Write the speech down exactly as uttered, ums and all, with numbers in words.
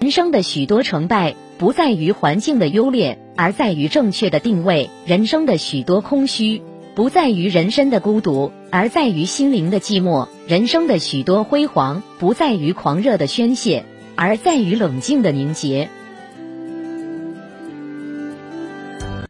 人生的许多成败，不在于环境的优劣，而在于正确的定位；人生的许多空虚，不在于人生的孤独，而在于心灵的寂寞；人生的许多辉煌，不在于狂热的宣泄，而在于冷静的凝结。